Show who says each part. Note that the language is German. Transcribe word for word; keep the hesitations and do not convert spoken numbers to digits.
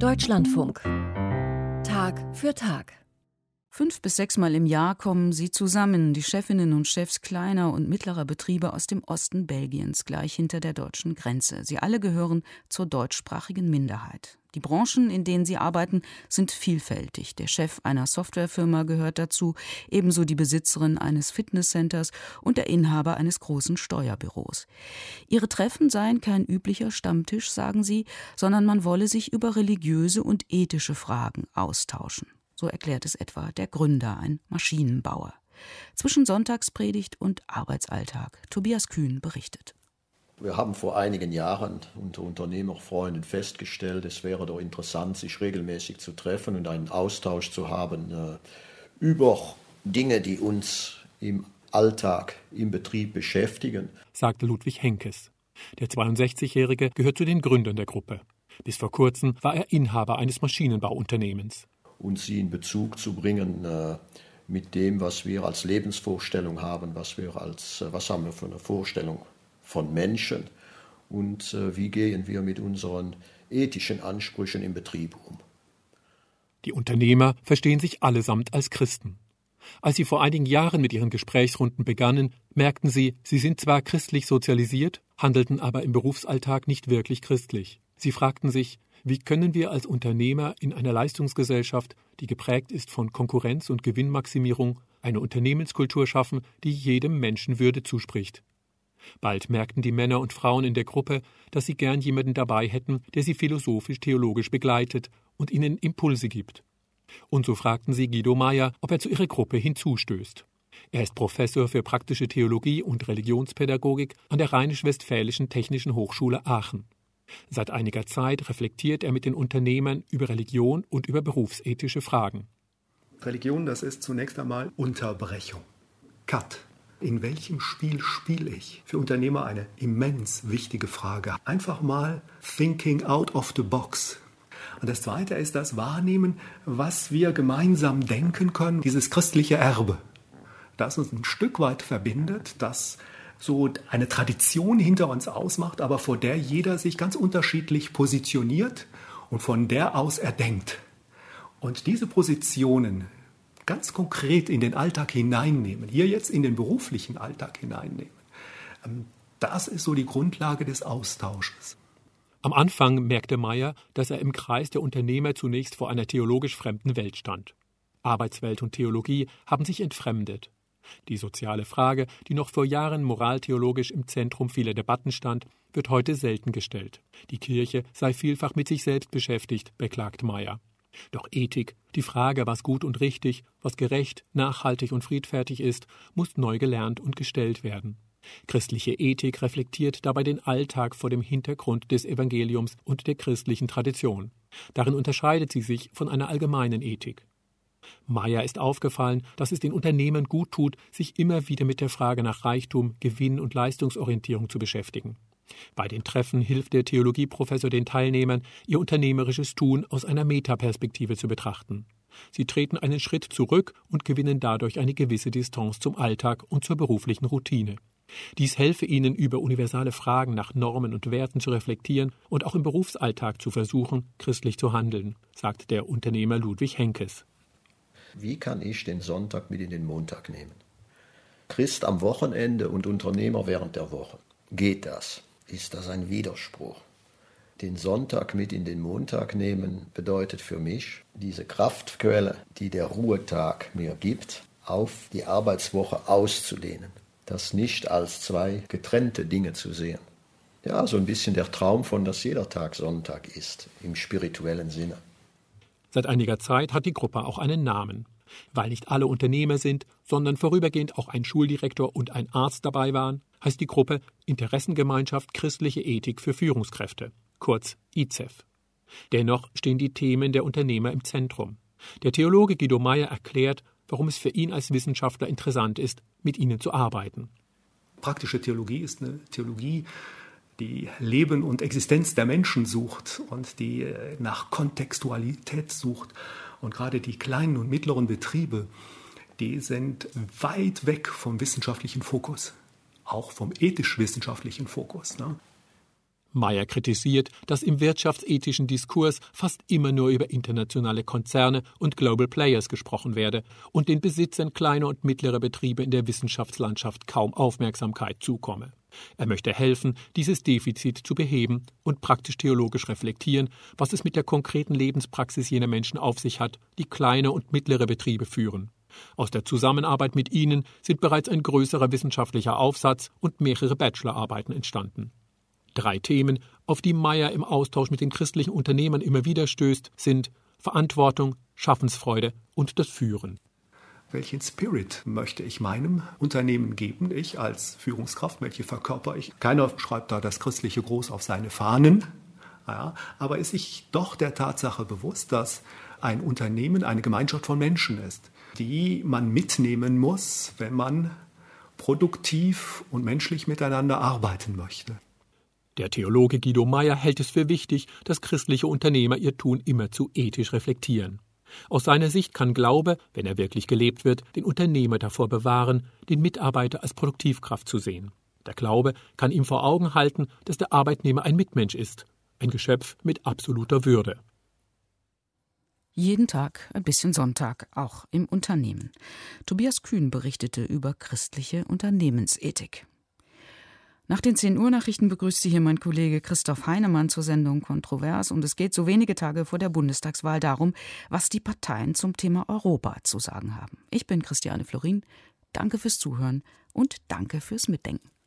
Speaker 1: Deutschlandfunk. Tag für Tag.
Speaker 2: Fünf bis sechsmal im Jahr kommen sie zusammen, die Chefinnen und Chefs kleiner und mittlerer Betriebe aus dem Osten Belgiens, gleich hinter der deutschen Grenze. Sie alle gehören zur deutschsprachigen Minderheit. Die Branchen, in denen sie arbeiten, sind vielfältig. Der Chef einer Softwarefirma gehört dazu, ebenso die Besitzerin eines Fitnesscenters und der Inhaber eines großen Steuerbüros. Ihre Treffen seien kein üblicher Stammtisch, sagen sie, sondern man wolle sich über religiöse und ethische Fragen austauschen. So erklärt es etwa der Gründer, ein Maschinenbauer. Zwischen Sonntagspredigt und Arbeitsalltag. Tobias Kühn berichtet.
Speaker 3: Wir haben vor einigen Jahren unter Unternehmerfreunden festgestellt, es wäre doch interessant, sich regelmäßig zu treffen und einen Austausch zu haben äh, über Dinge, die uns im Alltag, im Betrieb beschäftigen,
Speaker 4: sagte Ludwig Henkes. Der zweiundsechzigjährige gehört zu den Gründern der Gruppe. Bis vor kurzem war er Inhaber eines Maschinenbauunternehmens.
Speaker 3: Und sie in Bezug zu bringen äh, mit dem, was wir als Lebensvorstellung haben, was wir als, äh, was haben wir für eine Vorstellung von Menschen und äh, wie gehen wir mit unseren ethischen Ansprüchen im Betrieb um.
Speaker 4: Die Unternehmer verstehen sich allesamt als Christen. Als sie vor einigen Jahren mit ihren Gesprächsrunden begannen, merkten sie, sie sind zwar christlich sozialisiert, handelten aber im Berufsalltag nicht wirklich christlich. Sie fragten sich, wie können wir als Unternehmer in einer Leistungsgesellschaft, die geprägt ist von Konkurrenz und Gewinnmaximierung, eine Unternehmenskultur schaffen, die jedem Menschenwürde zuspricht? Bald merkten die Männer und Frauen in der Gruppe, dass sie gern jemanden dabei hätten, der sie philosophisch-theologisch begleitet und ihnen Impulse gibt. Und so fragten sie Guido Meyer, ob er zu ihrer Gruppe hinzustößt. Er ist Professor für praktische Theologie und Religionspädagogik an der Rheinisch-Westfälischen Technischen Hochschule Aachen. Seit einiger Zeit reflektiert er mit den Unternehmern über Religion und über berufsethische Fragen.
Speaker 5: Religion, das ist zunächst einmal Unterbrechung. Cut. In welchem Spiel spiele ich? Für Unternehmer eine immens wichtige Frage. Einfach mal thinking out of the box. Und das Zweite ist das Wahrnehmen, was wir gemeinsam denken können, dieses christliche Erbe, das uns ein Stück weit verbindet, das so eine Tradition hinter uns ausmacht, aber vor der jeder sich ganz unterschiedlich positioniert und von der aus er denkt. Und diese Positionen ganz konkret in den Alltag hineinnehmen, hier jetzt in den beruflichen Alltag hineinnehmen, das ist so die Grundlage des Austausches.
Speaker 4: Am Anfang merkte Meyer, dass er im Kreis der Unternehmer zunächst vor einer theologisch fremden Welt stand. Arbeitswelt und Theologie haben sich entfremdet. Die soziale Frage, die noch vor Jahren moraltheologisch im Zentrum vieler Debatten stand, wird heute selten gestellt. Die Kirche sei vielfach mit sich selbst beschäftigt, beklagt Meyer. Doch Ethik, die Frage, was gut und richtig, was gerecht, nachhaltig und friedfertig ist, muss neu gelernt und gestellt werden. Christliche Ethik reflektiert dabei den Alltag vor dem Hintergrund des Evangeliums und der christlichen Tradition. Darin unterscheidet sie sich von einer allgemeinen Ethik. Meyer ist aufgefallen, dass es den Unternehmern gut tut, sich immer wieder mit der Frage nach Reichtum, Gewinn und Leistungsorientierung zu beschäftigen. Bei den Treffen hilft der Theologieprofessor den Teilnehmern, ihr unternehmerisches Tun aus einer Metaperspektive zu betrachten. Sie treten einen Schritt zurück und gewinnen dadurch eine gewisse Distanz zum Alltag und zur beruflichen Routine. Dies helfe ihnen, über universale Fragen nach Normen und Werten zu reflektieren und auch im Berufsalltag zu versuchen, christlich zu handeln, sagt der Unternehmer Ludwig Henkes.
Speaker 3: Wie kann ich den Sonntag mit in den Montag nehmen? Christ am Wochenende und Unternehmer während der Woche. Geht das? Ist das ein Widerspruch? Den Sonntag mit in den Montag nehmen bedeutet für mich, diese Kraftquelle, die der Ruhetag mir gibt, auf die Arbeitswoche auszudehnen. Das nicht als zwei getrennte Dinge zu sehen. Ja, so ein bisschen der Traum von, dass jeder Tag Sonntag ist, im spirituellen Sinne.
Speaker 4: Seit einiger Zeit hat die Gruppe auch einen Namen. Weil nicht alle Unternehmer sind, sondern vorübergehend auch ein Schuldirektor und ein Arzt dabei waren, heißt die Gruppe Interessengemeinschaft Christliche Ethik für Führungskräfte, kurz I Z E F. Dennoch stehen die Themen der Unternehmer im Zentrum. Der Theologe Guido Meyer erklärt, warum es für ihn als Wissenschaftler interessant ist, mit ihnen zu arbeiten.
Speaker 5: Praktische Theologie ist eine Theologie, die Leben und Existenz der Menschen sucht und die nach Kontextualität sucht. Und gerade die kleinen und mittleren Betriebe, die sind weit weg vom wissenschaftlichen Fokus, auch vom ethisch-wissenschaftlichen Fokus. Ne?
Speaker 4: Meyer kritisiert, dass im wirtschaftsethischen Diskurs fast immer nur über internationale Konzerne und Global Players gesprochen werde und den Besitzern kleiner und mittlerer Betriebe in der Wissenschaftslandschaft kaum Aufmerksamkeit zukomme. Er möchte helfen, dieses Defizit zu beheben und praktisch-theologisch reflektieren, was es mit der konkreten Lebenspraxis jener Menschen auf sich hat, die kleine und mittlere Betriebe führen. Aus der Zusammenarbeit mit ihnen sind bereits ein größerer wissenschaftlicher Aufsatz und mehrere Bachelorarbeiten entstanden. Drei Themen, auf die Meyer im Austausch mit den christlichen Unternehmern immer wieder stößt, sind Verantwortung, Schaffensfreude und das Führen.
Speaker 5: Welchen Spirit möchte ich meinem Unternehmen geben, ich als Führungskraft, welche verkörper ich? Keiner schreibt da das christliche Groß auf seine Fahnen, ja, aber ist sich doch der Tatsache bewusst, dass ein Unternehmen eine Gemeinschaft von Menschen ist, die man mitnehmen muss, wenn man produktiv und menschlich miteinander arbeiten möchte.
Speaker 4: Der Theologe Guido Meyer hält es für wichtig, dass christliche Unternehmer ihr Tun immerzu ethisch reflektieren. Aus seiner Sicht kann Glaube, wenn er wirklich gelebt wird, den Unternehmer davor bewahren, den Mitarbeiter als Produktivkraft zu sehen. Der Glaube kann ihm vor Augen halten, dass der Arbeitnehmer ein Mitmensch ist, ein Geschöpf mit absoluter Würde.
Speaker 2: Jeden Tag ein bisschen Sonntag, auch im Unternehmen. Tobias Kühn berichtete über christliche Unternehmensethik. Nach den zehn Uhr Nachrichten begrüßt Sie hier mein Kollege Christoph Heinemann zur Sendung Kontrovers. Und es geht so wenige Tage vor der Bundestagswahl darum, was die Parteien zum Thema Europa zu sagen haben. Ich bin Christiane Florin. Danke fürs Zuhören und danke fürs Mitdenken.